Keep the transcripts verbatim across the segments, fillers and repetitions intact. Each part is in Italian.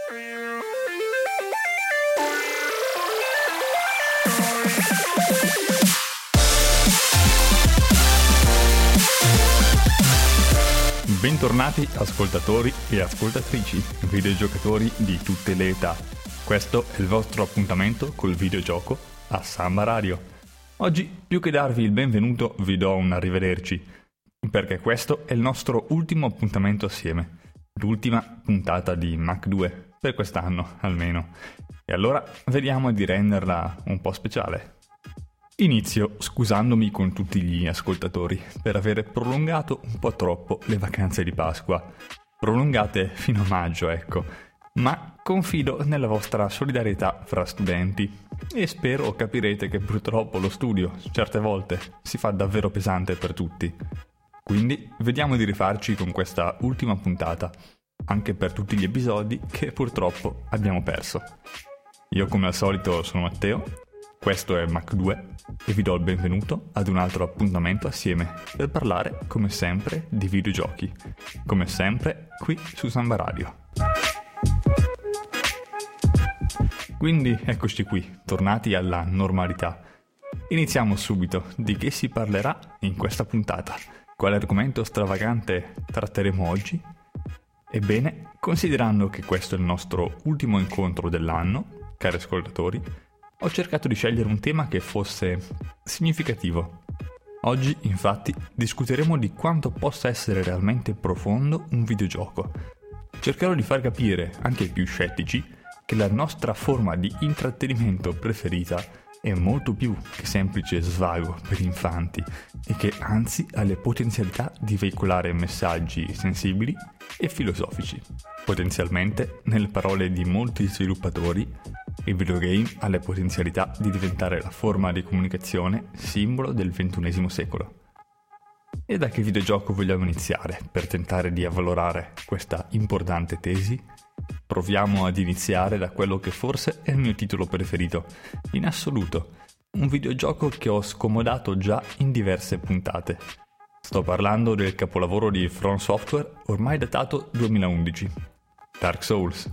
Bentornati ascoltatori e ascoltatrici, videogiocatori di tutte le età. Questo è il vostro appuntamento col videogioco a Samba Radio. Oggi, più che darvi il benvenuto, vi do un arrivederci, perché questo è il nostro ultimo appuntamento assieme, l'ultima puntata di Mac due, per quest'anno almeno. E allora vediamo di renderla un po' speciale. Inizio scusandomi con tutti gli ascoltatori per aver prolungato un po' troppo le vacanze di Pasqua, prolungate fino a maggio, ecco, ma confido nella vostra solidarietà fra studenti e spero capirete che purtroppo lo studio certe volte si fa davvero pesante per tutti. Quindi vediamo di rifarci con questa ultima puntata, anche per tutti gli episodi che purtroppo abbiamo perso. Io come al solito sono Matteo, questo è Mac due e vi do il benvenuto ad un altro appuntamento assieme per parlare, come sempre, di videogiochi. Come sempre, qui su Samba Radio. Quindi eccoci qui, tornati alla normalità. Iniziamo subito. Di che si parlerà in questa puntata? Quale argomento stravagante tratteremo oggi? Ebbene, considerando che questo è il nostro ultimo incontro dell'anno, cari ascoltatori, ho cercato di scegliere un tema che fosse significativo. Oggi, infatti, discuteremo di quanto possa essere realmente profondo un videogioco. Cercherò di far capire, anche ai più scettici, che la nostra forma di intrattenimento preferita è molto più che semplice svago per infanti e che anzi ha le potenzialità di veicolare messaggi sensibili e filosofici. Potenzialmente, nelle parole di molti sviluppatori, il videogame ha le potenzialità di diventare la forma di comunicazione simbolo del ventunesimo secolo. E da che videogioco vogliamo iniziare per tentare di avvalorare questa importante tesi? Proviamo ad iniziare da quello che forse è il mio titolo preferito, in assoluto, un videogioco che ho scomodato già in diverse puntate. Sto parlando del capolavoro di From Software ormai datato duemilaundici, Dark Souls.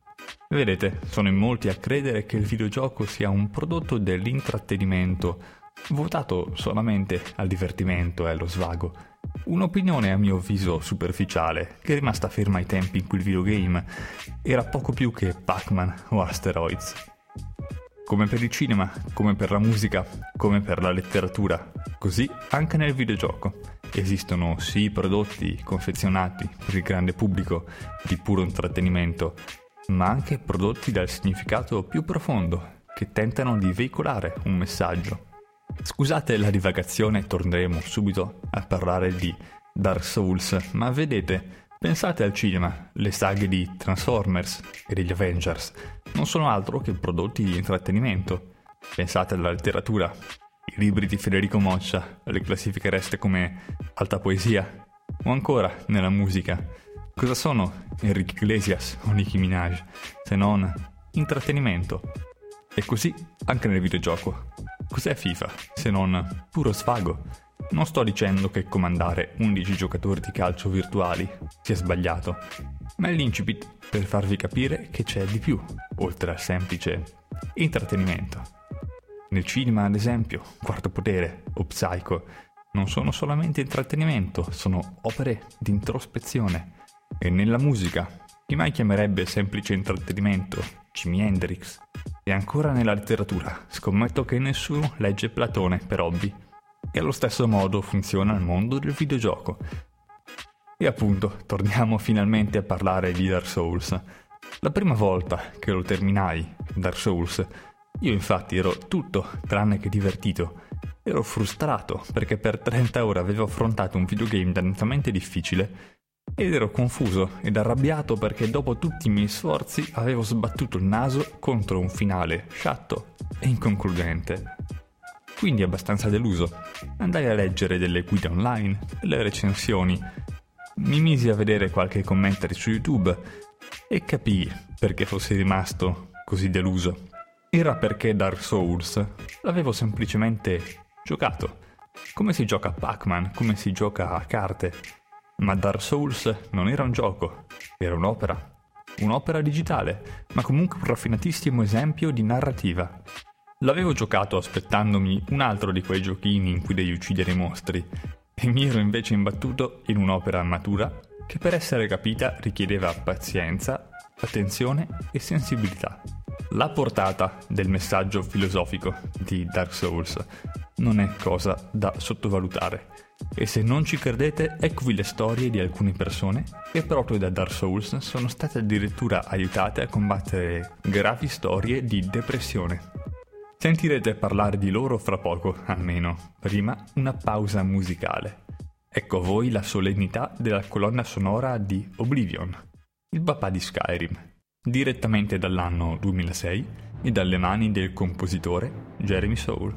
Vedete, sono in molti a credere che il videogioco sia un prodotto dell'intrattenimento, votato solamente al divertimento e allo svago. Un'opinione a mio avviso superficiale, che è rimasta ferma ai tempi in cui il videogame era poco più che Pac-Man o Asteroids. Come per il cinema, come per la musica, come per la letteratura, così anche nel videogioco. Esistono sì prodotti confezionati per il grande pubblico di puro intrattenimento, ma anche prodotti dal significato più profondo, che tentano di veicolare un messaggio. Scusate la divagazione, torneremo subito a parlare di Dark Souls, ma vedete, pensate al cinema, le saghe di Transformers e degli Avengers non sono altro che prodotti di intrattenimento. Pensate alla letteratura, i libri di Federico Moccia le classifichereste come alta poesia, o ancora nella musica. Cosa sono Enrique Iglesias o Nicki Minaj se non intrattenimento? E così anche nel videogioco. Cos'è FIFA se non puro svago? Non sto dicendo che comandare undici giocatori di calcio virtuali sia sbagliato, ma è l'incipit per farvi capire che c'è di più, oltre al semplice intrattenimento. Nel cinema, ad esempio, Quarto Potere o Psycho non sono solamente intrattenimento, sono opere di introspezione. E nella musica, chi mai chiamerebbe semplice intrattenimento Jimi Hendrix? E ancora nella letteratura, scommetto che nessuno legge Platone per hobby. E allo stesso modo funziona il mondo del videogioco. E appunto, torniamo finalmente a parlare di Dark Souls. La prima volta che lo terminai, Dark Souls, io infatti ero tutto tranne che divertito. Ero frustrato perché per trenta ore avevo affrontato un videogame dannatamente difficile ed ero confuso ed arrabbiato perché dopo tutti i miei sforzi avevo sbattuto il naso contro un finale sciatto e inconcludente. Quindi abbastanza deluso. Andai a leggere delle guide online, delle recensioni, mi misi a vedere qualche commentary su YouTube e capii perché fossi rimasto così deluso. Era perché Dark Souls l'avevo semplicemente giocato, come si gioca a Pac-Man, come si gioca a carte. Ma Dark Souls non era un gioco, era un'opera. un'opera digitale, ma comunque un raffinatissimo esempio di narrativa. L'avevo giocato aspettandomi un altro di quei giochini in cui devi uccidere i mostri, e mi ero invece imbattuto in un'opera matura che per essere capita richiedeva pazienza, attenzione e sensibilità. La portata del messaggio filosofico di Dark Souls non è cosa da sottovalutare, e se non ci credete, eccovi le storie di alcune persone che proprio da Dark Souls sono state addirittura aiutate a combattere gravi storie di depressione. Sentirete parlare di loro fra poco, almeno. Prima una pausa musicale. Ecco a voi la solennità della colonna sonora di Oblivion, il papà di Skyrim, direttamente dall'anno duemilasei e dalle mani del compositore Jeremy Soule.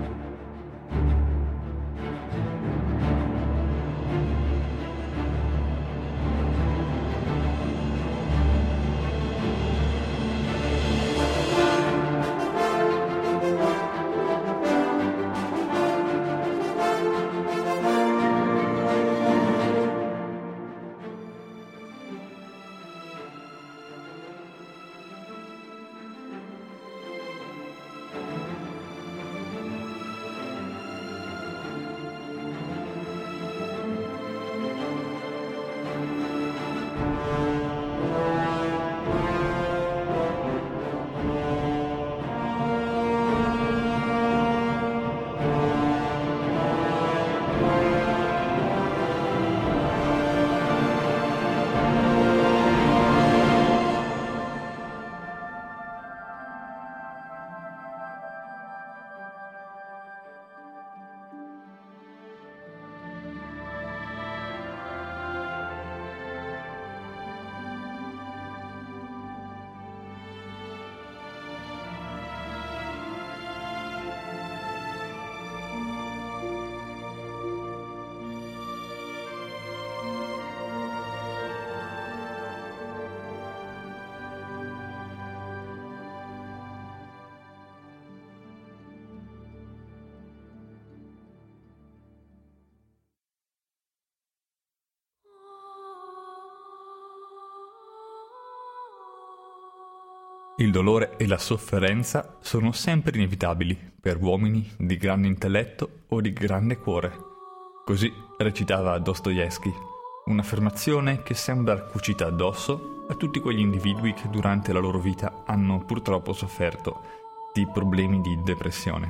Il dolore e la sofferenza sono sempre inevitabili per uomini di grande intelletto o di grande cuore. Così recitava Dostoevsky, un'affermazione che sembra cucita addosso a tutti quegli individui che durante la loro vita hanno purtroppo sofferto di problemi di depressione.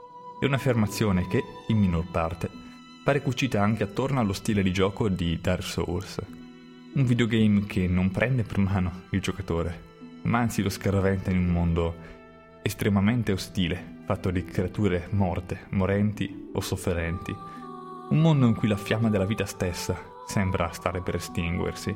È un'affermazione che, in minor parte, pare cucita anche attorno allo stile di gioco di Dark Souls, un videogame che non prende per mano il giocatore, ma anzi lo scaraventa in un mondo estremamente ostile, fatto di creature morte, morenti o sofferenti. Un mondo in cui la fiamma della vita stessa sembra stare per estinguersi.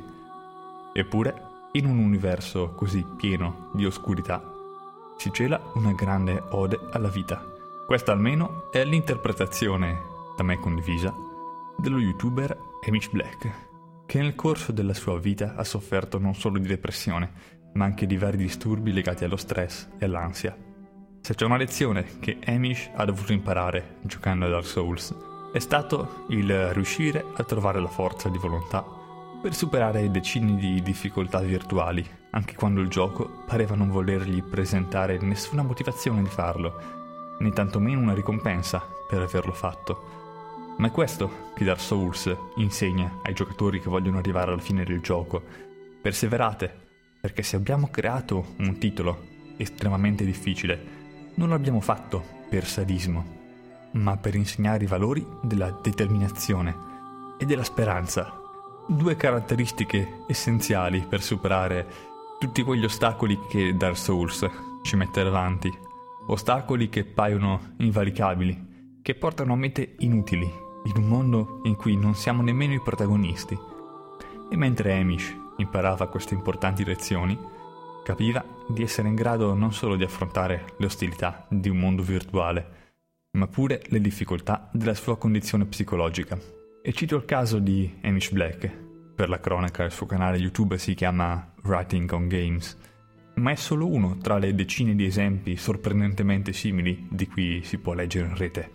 Eppure, in un universo così pieno di oscurità, si cela una grande ode alla vita. Questa almeno è l'interpretazione, da me condivisa, dello youtuber Amish Black, che nel corso della sua vita ha sofferto non solo di depressione, ma anche di vari disturbi legati allo stress e all'ansia. Se c'è una lezione che Amish ha dovuto imparare giocando a Dark Souls, è stato il riuscire a trovare la forza di volontà per superare decine di difficoltà virtuali, anche quando il gioco pareva non volergli presentare nessuna motivazione di farlo, né tantomeno una ricompensa per averlo fatto. Ma è questo che Dark Souls insegna ai giocatori che vogliono arrivare alla fine del gioco. Perseverate, perché se abbiamo creato un titolo estremamente difficile, non l'abbiamo fatto per sadismo, ma per insegnare i valori della determinazione e della speranza, due caratteristiche essenziali per superare tutti quegli ostacoli che Dark Souls ci mette davanti, ostacoli che paiono invalicabili, che portano a mete inutili, in un mondo in cui non siamo nemmeno i protagonisti. E mentre Amish imparava queste importanti lezioni, capiva di essere in grado non solo di affrontare le ostilità di un mondo virtuale, ma pure le difficoltà della sua condizione psicologica. E cito il caso di Amish Black. Per la cronaca il suo canale YouTube si chiama Writing on Games, ma è solo uno tra le decine di esempi sorprendentemente simili di cui si può leggere in rete.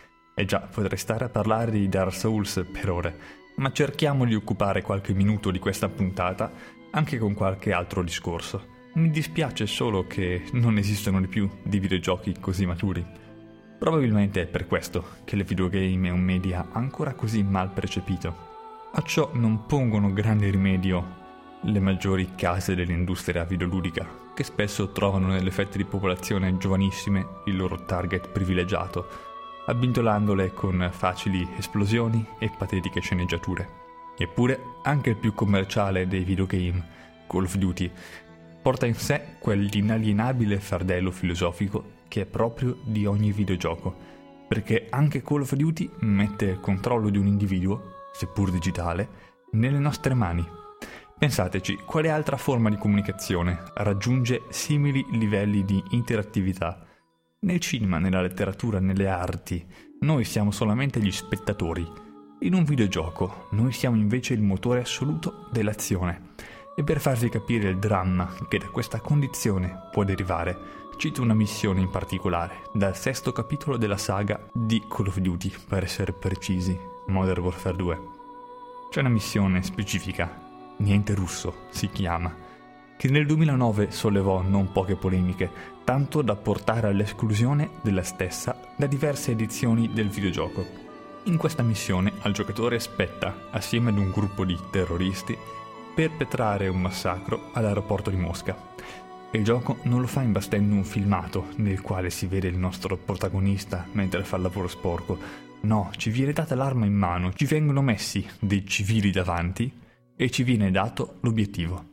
E già, potrei stare a parlare di Dark Souls per ore, ma cerchiamo di occupare qualche minuto di questa puntata anche con qualche altro discorso. Mi dispiace solo che non esistano di più di videogiochi così maturi. Probabilmente è per questo che il videogame è un media ancora così mal percepito. A ciò non pongono grande rimedio le maggiori case dell'industria videoludica, che spesso trovano nelle fette di popolazione giovanissime il loro target privilegiato, abbindolandole con facili esplosioni e patetiche sceneggiature. Eppure, anche il più commerciale dei videogame, Call of Duty, porta in sé quell'inalienabile fardello filosofico che è proprio di ogni videogioco, perché anche Call of Duty mette il controllo di un individuo, seppur digitale, nelle nostre mani. Pensateci, quale altra forma di comunicazione raggiunge simili livelli di interattività? Nel cinema, nella letteratura, nelle arti, noi siamo solamente gli spettatori. In un videogioco, noi siamo invece il motore assoluto dell'azione. E per farvi capire il dramma che da questa condizione può derivare, cito una missione in particolare, dal sesto capitolo della saga di Call of Duty, per essere precisi, Modern Warfare due. C'è una missione specifica, Niente Russo si chiama, che nel duemilanove sollevò non poche polemiche, tanto da portare all'esclusione della stessa da diverse edizioni del videogioco. In questa missione al giocatore spetta, assieme ad un gruppo di terroristi, perpetrare un massacro all'aeroporto di Mosca. E il gioco non lo fa imbastendo un filmato nel quale si vede il nostro protagonista mentre fa il lavoro sporco. No, ci viene data l'arma in mano, ci vengono messi dei civili davanti e ci viene dato l'obiettivo.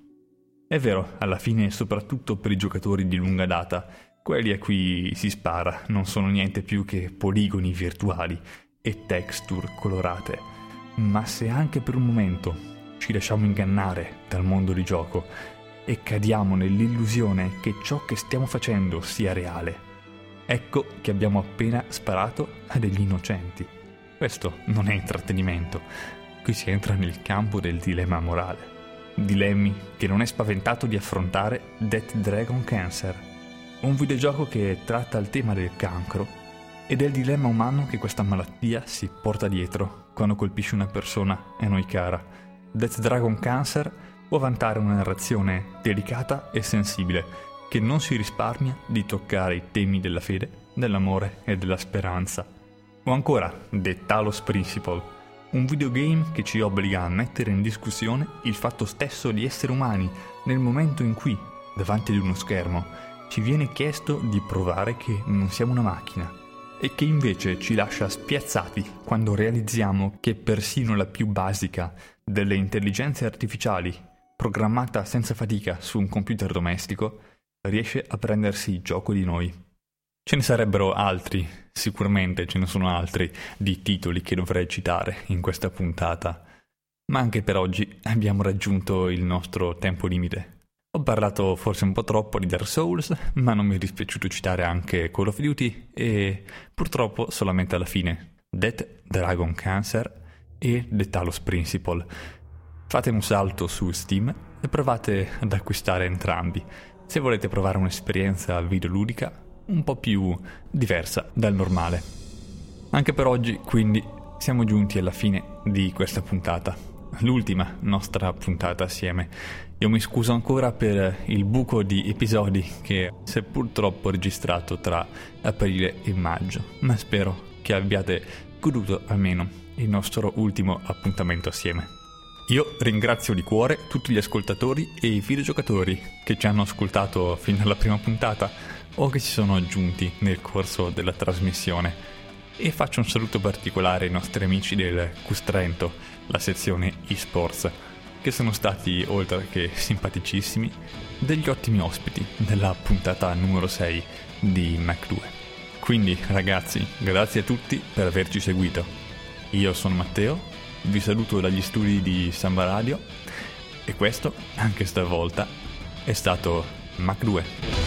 È vero, alla fine, soprattutto per i giocatori di lunga data, quelli a cui si spara non sono niente più che poligoni virtuali e texture colorate. Ma se anche per un momento ci lasciamo ingannare dal mondo di gioco e cadiamo nell'illusione che ciò che stiamo facendo sia reale, ecco che abbiamo appena sparato a degli innocenti. Questo non è intrattenimento. Qui si entra nel campo del dilemma morale. Dilemmi che non è spaventato di affrontare Death Dragon Cancer, un videogioco che tratta il tema del cancro e del dilemma umano che questa malattia si porta dietro quando colpisce una persona a noi cara. Death Dragon Cancer può vantare una narrazione delicata e sensibile che non si risparmia di toccare i temi della fede, dell'amore e della speranza. O ancora The Talos Principle, un videogame che ci obbliga a mettere in discussione il fatto stesso di essere umani nel momento in cui, davanti ad uno schermo, ci viene chiesto di provare che non siamo una macchina e che invece ci lascia spiazzati quando realizziamo che persino la più basica delle intelligenze artificiali, programmata senza fatica su un computer domestico, riesce a prendersi gioco di noi. Ce ne sarebbero altri, sicuramente ce ne sono altri, di titoli che dovrei citare in questa puntata, ma anche per oggi abbiamo raggiunto il nostro tempo limite. Ho parlato forse un po' troppo di Dark Souls, ma non mi è dispiaciuto citare anche Call of Duty e purtroppo solamente alla fine Death Dragon Cancer e The Talos Principle. Fate un salto su Steam e provate ad acquistare entrambi, se volete provare un'esperienza videoludica un po' più diversa dal normale. Anche per oggi, quindi, siamo giunti alla fine di questa puntata, l'ultima nostra puntata assieme. Io mi scuso ancora per il buco di episodi che si è purtroppo registrato tra aprile e maggio, ma spero che abbiate goduto almeno il nostro ultimo appuntamento assieme. Io ringrazio di cuore tutti gli ascoltatori e i videogiocatori che ci hanno ascoltato fino alla prima puntata o che si sono aggiunti nel corso della trasmissione, e faccio un saluto particolare ai nostri amici del Custrento, la sezione eSports, che sono stati, oltre che simpaticissimi, degli ottimi ospiti della puntata numero sei di Mac due. Quindi ragazzi, grazie a tutti per averci seguito. Io sono Matteo, vi saluto dagli studi di Samba Radio e questo, anche stavolta, è stato Mac due.